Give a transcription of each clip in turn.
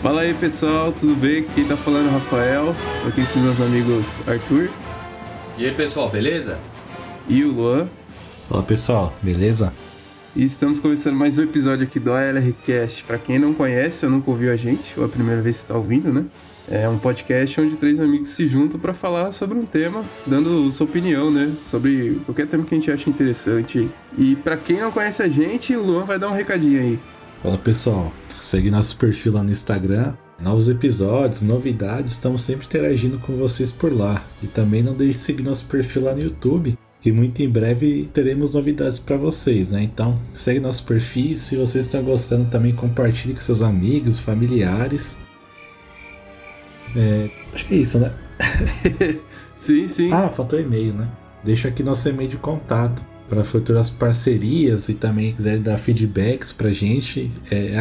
Fala aí pessoal, tudo bem? Aqui quem tá falando é o Rafael, aqui com os meus amigos Arthur. E aí pessoal, beleza? E o Luan. Fala pessoal, beleza? E estamos começando mais um episódio aqui do ALRcast. Pra quem não conhece ou nunca ouviu a gente, ou a primeira vez que tá ouvindo, né? É um podcast onde três amigos se juntam pra falar sobre um tema, dando sua opinião, né? Sobre qualquer tema que a gente acha interessante. E pra quem não conhece a gente, o Luan vai dar um recadinho aí. Fala pessoal, segue nosso perfil lá no Instagram. Novos episódios, novidades, estamos sempre interagindo com vocês por lá. E também não deixe de seguir nosso perfil lá no YouTube, que muito em breve teremos novidades para vocês, né? Então, segue nosso perfil, se vocês estão gostando também compartilhe com seus amigos, familiares. Acho que é isso, né? Sim. Ah, faltou e-mail, né? Deixa aqui nosso e-mail de contato para futuras parcerias e também quiser dar feedbacks pra gente, é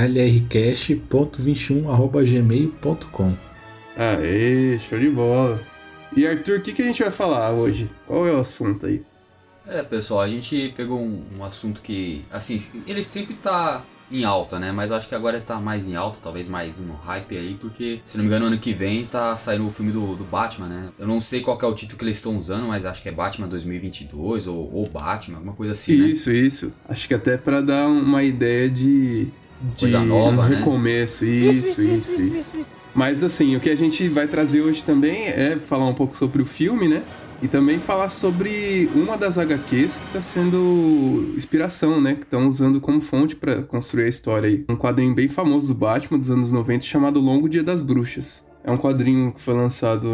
alrcast.21@gmail.com. Aê, show de bola. E Arthur, o que a gente vai falar hoje? Qual é o assunto aí? Pessoal, a gente pegou um assunto que, assim, ele sempre tá em alta, né? Mas eu acho que agora tá mais em alta, talvez mais um hype aí, porque, se não me engano, ano que vem tá saindo o filme do Batman, né? Eu não sei qual que é o título que eles estão usando, mas acho que é Batman 2022 ou Batman, alguma coisa assim, né? Isso. Acho que até pra dar uma ideia de coisa nova, um né? recomeço. Isso. Mas assim, o que a gente vai trazer hoje também é falar um pouco sobre o filme, né? E também falar sobre uma das HQs que está sendo inspiração, né? Que estão usando como fonte para construir a história aí. Um quadrinho bem famoso do Batman dos anos 90 chamado Longo Dia das Bruxas. É um quadrinho que foi lançado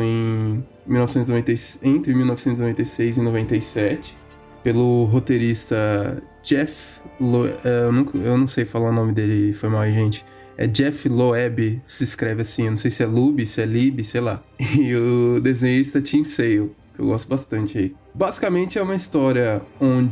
entre 1996 e 97 pelo roteirista Jeff Loeb. Eu não sei falar o nome dele, foi mal, gente. É Jeff Loeb, se escreve assim, eu não sei se é Lube, se é Lib, sei lá. E o desenhista Tim Sale, que eu gosto bastante aí. Basicamente é uma história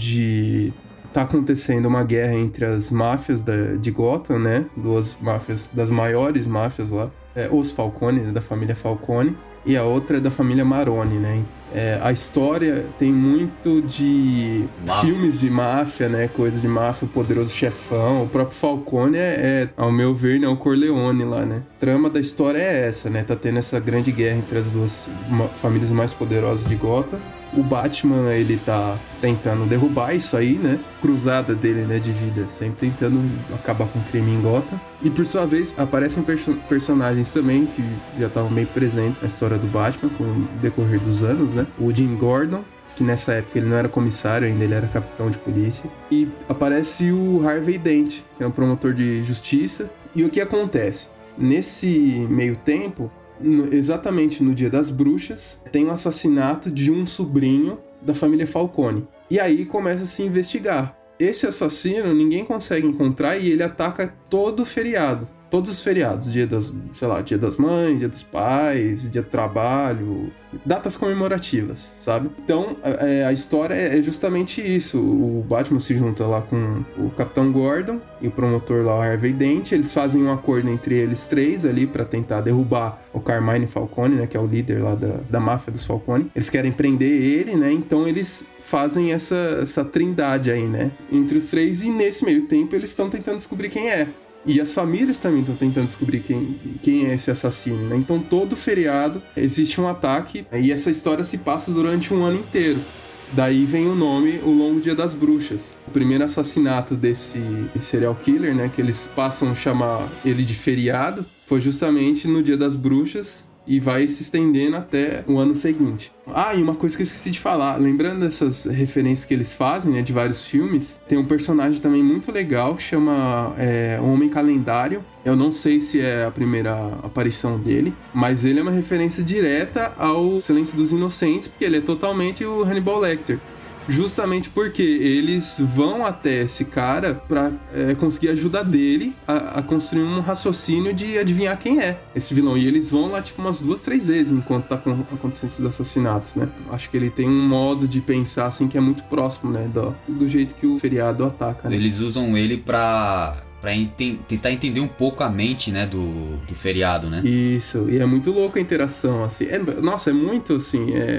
onde tá acontecendo uma guerra entre as máfias de Gotham, né? Duas máfias, das maiores máfias lá. Os Falcone, né? Da família Falcone. E a outra é da família Maroni, né? A história tem muito de filmes de máfia, né? Coisa de máfia, o Poderoso Chefão. O próprio Falcone ao meu ver, né? O Corleone lá, né? A trama da história é essa, né? Tá tendo essa grande guerra entre as duas famílias mais poderosas de Gotham. O Batman, ele tá tentando derrubar isso aí, né? Cruzada dele, né, de vida. Sempre tentando acabar com o crime em Gotham. E por sua vez, aparecem personagens também que já estavam meio presentes na história do Batman com o decorrer dos anos, né? O Jim Gordon, que nessa época ele não era comissário ainda, ele era capitão de polícia. E aparece o Harvey Dent, que é um promotor de justiça. E o que acontece? Nesse meio tempo, exatamente no Dia das Bruxas, tem um assassinato de um sobrinho da família Falcone. E aí começa a se investigar. Esse assassino ninguém consegue encontrar e ele ataca todo o feriado. Todos os feriados, Dia das Mães, Dia dos Pais, Dia do Trabalho, datas comemorativas, sabe? Então, a história é justamente isso. O Batman se junta lá com o Capitão Gordon e o promotor lá, o Harvey Dent. Eles fazem um acordo entre eles três ali pra tentar derrubar o Carmine Falcone, né? Que é o líder lá da máfia dos Falcone. Eles querem prender ele, né? Então, eles fazem essa trindade aí, né? Entre os três, e nesse meio tempo eles estão tentando descobrir quem é. E as famílias também estão tentando descobrir quem é esse assassino, né? Então todo feriado existe um ataque e essa história se passa durante um ano inteiro. Daí vem o nome, o Longo Dia das Bruxas. O primeiro assassinato desse serial killer, né? Que eles passam a chamar ele de feriado, foi justamente no Dia das Bruxas. E vai se estendendo até o ano seguinte. E uma coisa que eu esqueci de falar. Lembrando dessas referências que eles fazem, né, de vários filmes, tem um personagem também muito legal que chama Homem Calendário. Eu não sei se é a primeira aparição dele, mas ele é uma referência direta ao Silêncio dos Inocentes, porque ele é totalmente o Hannibal Lecter. Justamente porque eles vão até esse cara pra conseguir a ajuda dele a construir um raciocínio de adivinhar quem é esse vilão. E eles vão lá, tipo, umas 2, 3 vezes enquanto tá acontecendo esses assassinatos, né? Acho que ele tem um modo de pensar, assim, que é muito próximo, né? Do jeito que o feriado ataca, né? Eles usam ele pra tentar entender um pouco a mente, né, do feriado, né? Isso, e é muito louco a interação, assim. Nossa, é muito, assim,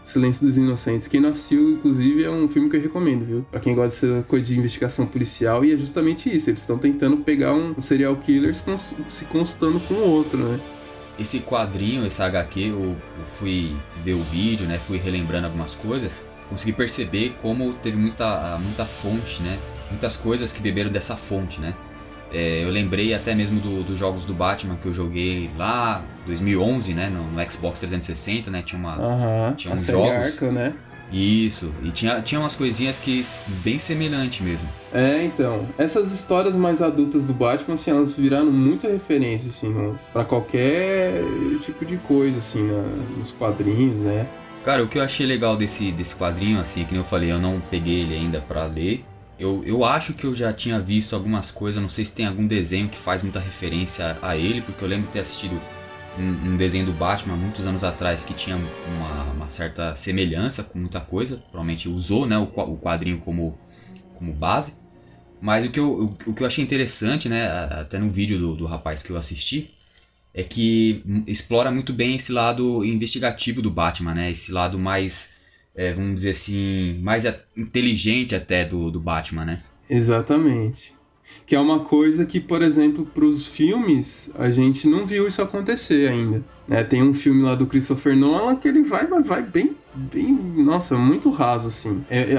Silêncio dos Inocentes. Quem não assistiu, inclusive, é um filme que eu recomendo, viu? Pra quem gosta dessa coisa de investigação policial, e é justamente isso. Eles estão tentando pegar um serial killer se consultando com o outro, né? Esse quadrinho, esse HQ, eu fui ver o vídeo, né? Fui relembrando algumas coisas. Consegui perceber como teve muita fonte, né? Muitas coisas que beberam dessa fonte, né? Eu lembrei até mesmo dos jogos do Batman que eu joguei lá em 2011, né? No Xbox 360, né? Tinha uns jogos. Arca, né? Isso, e tinha umas coisinhas que bem semelhante mesmo. Então, essas histórias mais adultas do Batman, assim, elas viraram muita referência, assim, pra qualquer tipo de coisa, assim, nos quadrinhos, né? Cara, o que eu achei legal desse quadrinho, assim, que nem eu falei, eu não peguei ele ainda pra ler. Eu acho que eu já tinha visto algumas coisas, não sei se tem algum desenho que faz muita referência a ele, porque eu lembro de ter assistido um desenho do Batman muitos anos atrás que tinha uma certa semelhança com muita coisa, provavelmente usou, né, o quadrinho como base. Mas o que eu achei interessante, né, até no vídeo do rapaz que eu assisti, é que explora muito bem esse lado investigativo do Batman, né, esse lado mais... vamos dizer assim, mais inteligente até do Batman, né? Exatamente. Que é uma coisa que, por exemplo, pros filmes, a gente não viu isso acontecer ainda. Né? Tem um filme lá do Christopher Nolan que ele vai bem, nossa, muito raso, assim.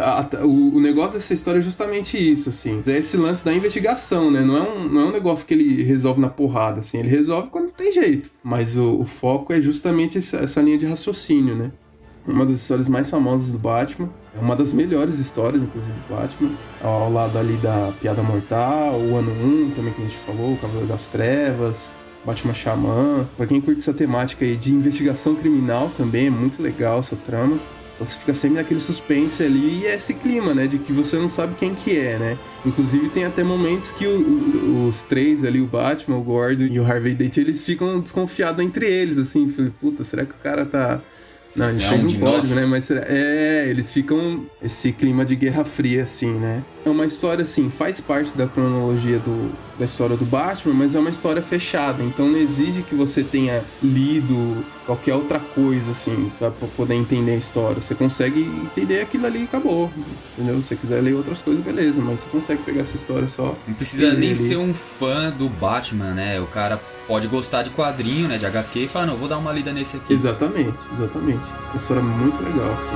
O negócio dessa história é justamente isso, assim. É esse lance da investigação, né? Não é um negócio que ele resolve na porrada, assim. Ele resolve quando tem jeito. Mas o foco é justamente essa linha de raciocínio, né? Uma das histórias mais famosas do Batman. É uma das melhores histórias, inclusive, do Batman. Ao lado ali da Piada Mortal, o Ano 1, também que a gente falou, o Cavaleiro das Trevas, Batman Xamã. Pra quem curte essa temática aí de investigação criminal também, é muito legal essa trama. Então você fica sempre naquele suspense ali e é esse clima, né, de que você não sabe quem que é, né. Inclusive tem até momentos que os três ali, o Batman, o Gordon e o Harvey Dent, eles ficam desconfiados entre eles, assim. Puta, será que o cara tá... Não, a gente fez um código, né? Mas eles ficam esse clima de Guerra Fria, assim, né? É uma história, assim, faz parte da cronologia da história do Batman, mas é uma história fechada. Então não exige que você tenha lido qualquer outra coisa, assim, sabe? Pra poder entender a história. Você consegue entender aquilo ali e acabou, entendeu? Se você quiser ler outras coisas, beleza. Mas você consegue pegar essa história só... Não precisa nem ser um fã do Batman, né? O cara... pode gostar de quadrinho, né, de HQ e falar, não, vou dar uma lida nesse aqui. Exatamente. Uma história muito legal, assim.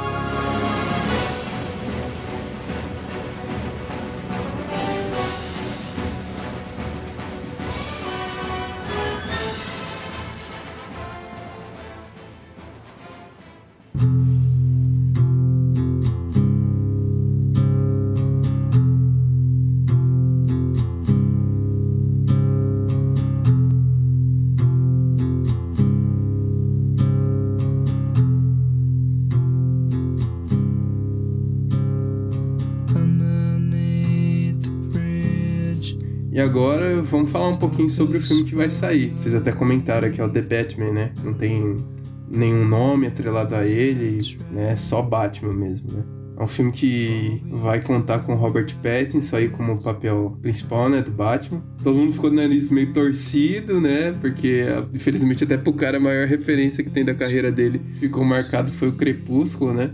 E agora vamos falar um pouquinho sobre o filme que vai sair. Vocês até comentaram aqui, é o The Batman, né? Não tem nenhum nome atrelado a ele, né? É só Batman mesmo, né? É um filme que vai contar com Robert Pattinson aí como papel principal, né, do Batman. Todo mundo ficou do nariz meio torcido, né, porque infelizmente até pro cara a maior referência que tem da carreira dele ficou marcado foi o Crepúsculo, né?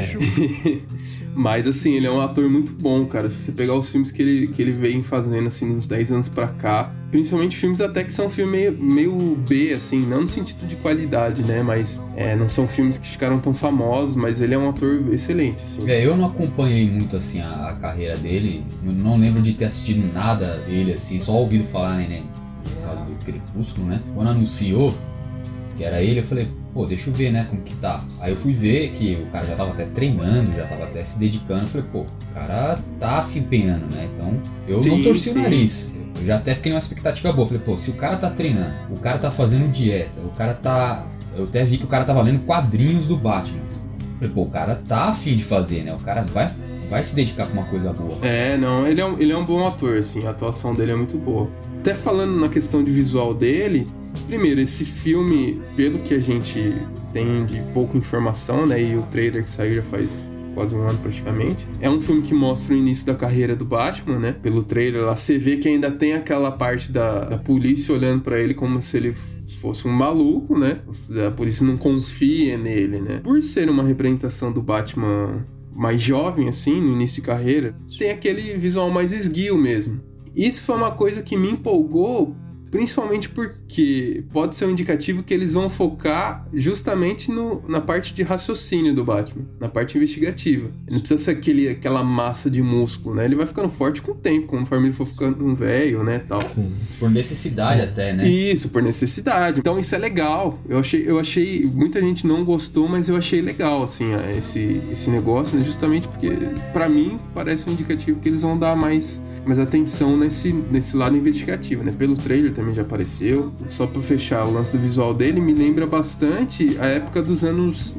Mas assim, ele é um ator muito bom, cara. Se você pegar os filmes que ele vem fazendo assim uns 10 anos pra cá, principalmente filmes até que são filmes meio B, assim, não no sentido de qualidade, né, mas não são filmes que ficaram tão famosos, mas ele é um ator excelente, assim. Eu não acompanhei muito, assim, a carreira dele, eu não lembro de ter assistido nada dele, assim, só ouvido falar, né, no caso do Crepúsculo, né, quando anunciou que era ele, eu falei, pô, deixa eu ver, né, como que tá. Aí eu fui ver que o cara já tava até treinando, já tava até se dedicando, eu falei, pô, o cara tá se empenhando, né, então eu não torci o nariz. Eu já até fiquei numa expectativa boa, falei, pô, se o cara tá treinando, o cara tá fazendo dieta, o cara tá... Eu até vi que o cara tava lendo quadrinhos do Batman. Falei, pô, o cara tá afim de fazer, né? O cara vai se dedicar pra uma coisa boa. Não, ele é um bom ator, assim, a atuação dele é muito boa. Até falando na questão de visual dele, primeiro, esse filme, pelo que a gente tem de pouca informação, né? E o trailer que saiu já faz quase um ano praticamente. É um filme que mostra o início da carreira do Batman, né? Pelo trailer lá, você vê que ainda tem aquela parte da polícia olhando pra ele como se ele fosse um maluco, né? Por isso não confia nele, né? Por ser uma representação do Batman mais jovem, assim, no início de carreira, tem aquele visual mais esguio mesmo. Isso foi uma coisa que me empolgou, principalmente porque pode ser um indicativo que eles vão focar justamente na parte de raciocínio do Batman, na parte investigativa. Ele não precisa ser aquela massa de músculo, né? Ele vai ficando forte com o tempo, conforme ele for ficando um velho, né, tal. Sim. Por necessidade até, né? Isso, por necessidade. Então isso é legal. Eu achei muita gente não gostou, mas eu achei legal, assim, esse negócio, né? Justamente porque, pra mim, parece um indicativo que eles vão dar mais atenção nesse lado investigativo, né? Pelo trailer também já apareceu. Só pra fechar, o lance do visual dele me lembra bastante a época dos anos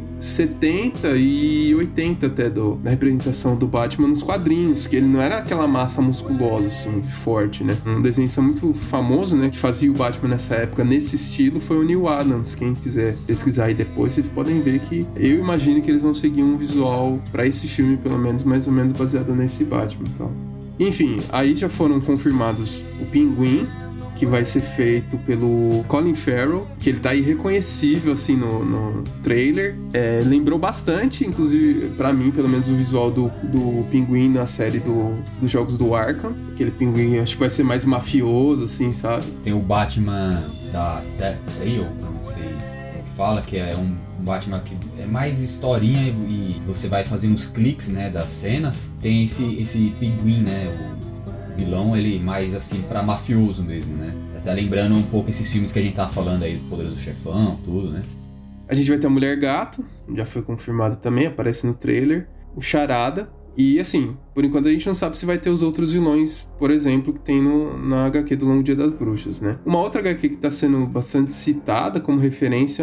70 e 80 até da representação do Batman nos quadrinhos, que ele não era aquela massa musculosa, assim, forte, né? Um desenhista muito famoso, né, que fazia o Batman nessa época, nesse estilo, foi o Neil Adams. Quem quiser pesquisar aí depois, vocês podem ver que eu imagino que eles vão seguir um visual pra esse filme, pelo menos, mais ou menos baseado nesse Batman e tal. Enfim, aí já foram confirmados o Pinguim, que vai ser feito pelo Colin Farrell, que ele tá irreconhecível, assim, no trailer. Lembrou bastante, inclusive, pra mim, pelo menos, o visual do Pinguim na série dos jogos do Arkham. Aquele Pinguim, acho que vai ser mais mafioso, assim, sabe? Tem o Batman da Tale, que eu não sei como que fala, que é um Batman que é mais historinha e você vai fazendo os cliques, né, das cenas. Tem esse Pinguim, né, o vilão, ele mais assim pra mafioso mesmo, né? Até lembrando um pouco esses filmes que a gente tava falando aí, do Poderoso Chefão, tudo, né? A gente vai ter a Mulher Gato, já foi confirmado também, aparece no trailer. O Charada. E assim, por enquanto a gente não sabe se vai ter os outros vilões, por exemplo, que tem na HQ do Longo Dia das Bruxas, né? Uma outra HQ que tá sendo bastante citada como referência é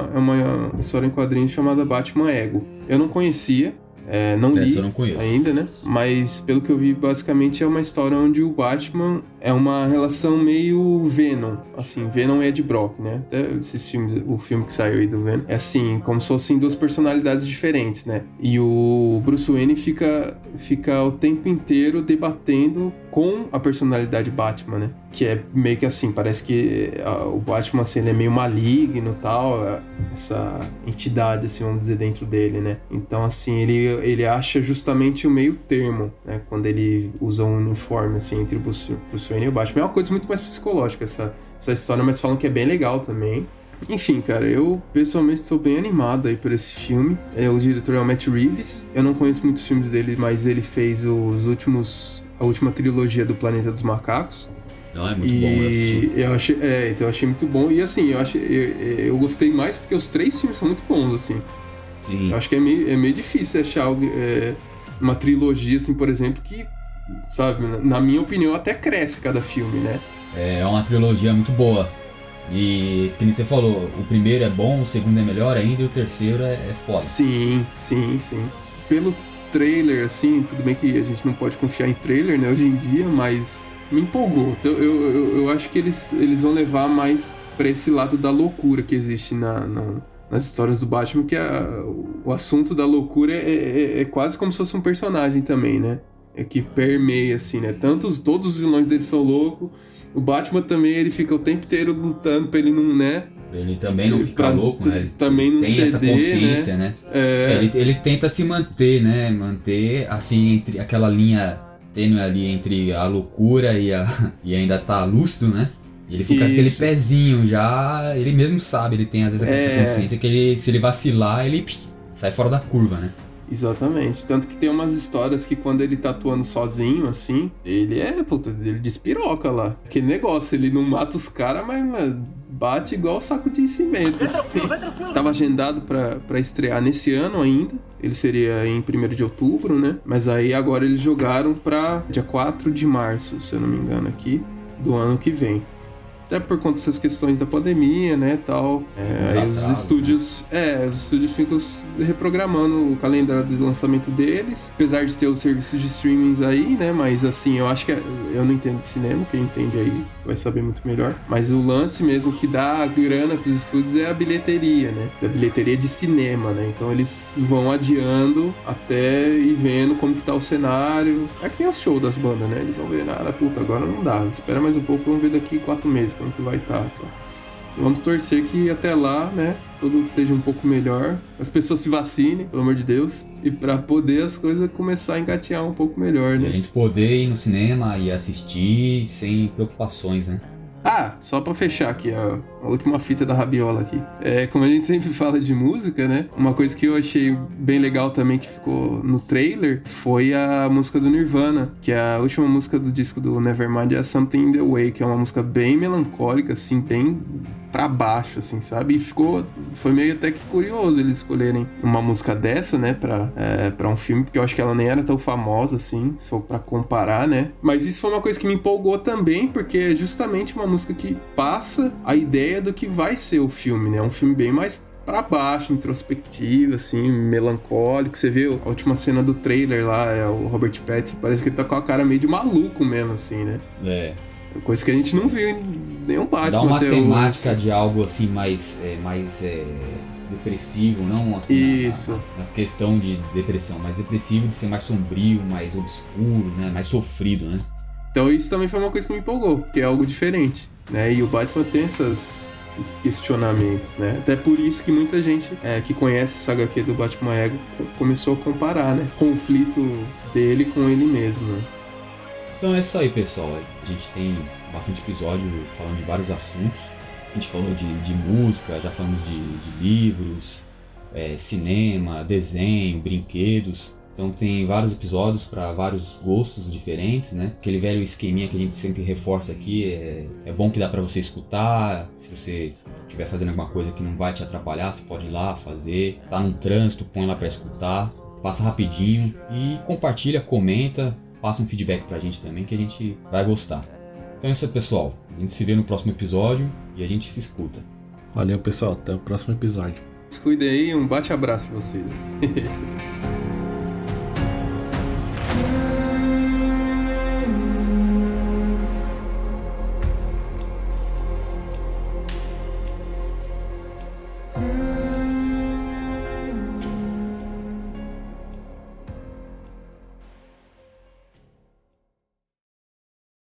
uma história em quadrinhos chamada Batman Ego. Eu não conhecia, não li eu não conheço ainda, né? Mas pelo que eu vi, basicamente é uma história onde o Batman é uma relação meio Venom, assim, Venom e Ed Brock, né? Até esses filmes, o filme que saiu aí do Venom, é assim, como se fossem duas personalidades diferentes, né? E o Bruce Wayne fica o tempo inteiro debatendo com a personalidade Batman, né? Que é meio que assim, parece que o Batman, assim, ele é meio maligno e tal, essa entidade, assim, vamos dizer, dentro dele, né? Então, assim, ele acha justamente o meio termo, né? Quando ele usa um uniforme, assim, entre o Bruce Wayne e o Batman. É uma coisa muito mais psicológica essa história, mas falam que é bem legal também. Enfim, cara, eu pessoalmente estou bem animado aí por esse filme. O diretor é o Matt Reeves. Eu não conheço muitos filmes dele, mas ele fez a última trilogia do Planeta dos Macacos. Não, é muito bom, eu assisti. Então eu achei muito bom. E assim, eu gostei mais porque os 3 filmes são muito bons, assim. Sim. Eu acho que é meio difícil achar uma trilogia, assim, por exemplo, que, sabe, na minha opinião, até cresce cada filme, né? É uma trilogia muito boa. E, como você falou, o primeiro é bom, o segundo é melhor ainda e o terceiro é foda. Sim. Pelo trailer, assim, tudo bem que a gente não pode confiar em trailer, né, hoje em dia, mas me empolgou. Então, eu acho que eles vão levar mais pra esse lado da loucura que existe nas histórias do Batman, que o assunto da loucura é quase como se fosse um personagem também, né? Que permeia, assim, né? Todos os vilões dele são loucos. O Batman também, ele fica o tempo inteiro lutando pra ele não, né? Ele também não fica louco, né? Ele também não tem ceder, essa consciência, né? Ele tenta se manter, né? Manter, assim, entre aquela linha tênue ali entre a loucura e ainda tá lúcido, né? E ele fica com aquele pezinho já, ele mesmo sabe, ele tem às vezes essa consciência que se ele vacilar, ele sai fora da curva, né? Exatamente, tanto que tem umas histórias que quando ele tá atuando sozinho, assim, ele despiroca lá. Aquele negócio, ele não mata os caras, mas bate igual saco de cimento, assim. Tava agendado pra estrear nesse ano ainda, ele seria em 1º de outubro, né? Mas aí agora eles jogaram pra dia 4 de março, se eu não me engano aqui, do ano que vem. Até por conta dessas questões da pandemia, né, tal. Aí os estúdios ficam reprogramando o calendário de lançamento deles. Apesar de ter os serviços de streamings aí, né, mas assim, eu acho que eu não entendo de cinema, quem entende aí vai saber muito melhor. Mas o lance mesmo que dá grana pros estúdios é a bilheteria, né, a bilheteria de cinema, né. Então eles vão adiando até ir vendo como que tá o cenário. É que tem o show das bandas, né, eles vão ver, puta, agora não dá, espera mais um pouco, vamos ver daqui 4 meses como que vai estar. Vamos torcer que até lá, né, tudo esteja um pouco melhor, as pessoas se vacinem, pelo amor de Deus, e pra poder as coisas começar a engatear um pouco melhor, né? E a gente poder ir no cinema e assistir sem preocupações, né? Ah, só pra fechar aqui, ó, a última fita da rabiola aqui. Como a gente sempre fala de música, né? Uma coisa que eu achei bem legal também que ficou no trailer foi a música do Nirvana, que é a última música do disco do Nevermind, é Something in the Way, que é uma música bem melancólica, assim, bem pra baixo, assim, sabe? E foi meio até que curioso eles escolherem uma música dessa, né, pra um filme, porque eu acho que ela nem era tão famosa, assim, só pra comparar, né? Mas isso foi uma coisa que me empolgou também, porque é justamente uma música que passa a ideia do que vai ser o filme, né? É um filme bem mais pra baixo, introspectivo, assim, melancólico. Você vê a última cena do trailer lá, é o Robert Pattinson, parece que ele tá com a cara meio de maluco mesmo, assim, né? Coisa que a gente não viu em nenhum Batman. Dá uma temática de algo assim mais depressivo, não assim isso. Na questão de depressão, mas depressivo de ser mais sombrio, mais obscuro, né? Mais sofrido, né? Então isso também foi uma coisa que me empolgou, porque é algo diferente, né? E o Batman tem esses questionamentos, né? Até por isso que muita gente que conhece essa HQ do Batman Ego começou a comparar, né? O conflito dele com ele mesmo, né? Então é isso aí, pessoal. A gente tem bastante episódio falando de vários assuntos. A gente falou de música, já falamos de livros, cinema, desenho, brinquedos. Então tem vários episódios para vários gostos diferentes, né? Aquele velho esqueminha que a gente sempre reforça aqui, é bom que dá para você escutar. Se você estiver fazendo alguma coisa que não vai te atrapalhar, você pode ir lá fazer. Tá no trânsito, põe lá para escutar. Passa rapidinho e compartilha, comenta. Passa um feedback pra gente também que a gente vai gostar. Então é isso aí, pessoal. A gente se vê no próximo episódio e a gente se escuta. Valeu, pessoal. Até o próximo episódio. Se cuide aí, um bate-abraço pra vocês.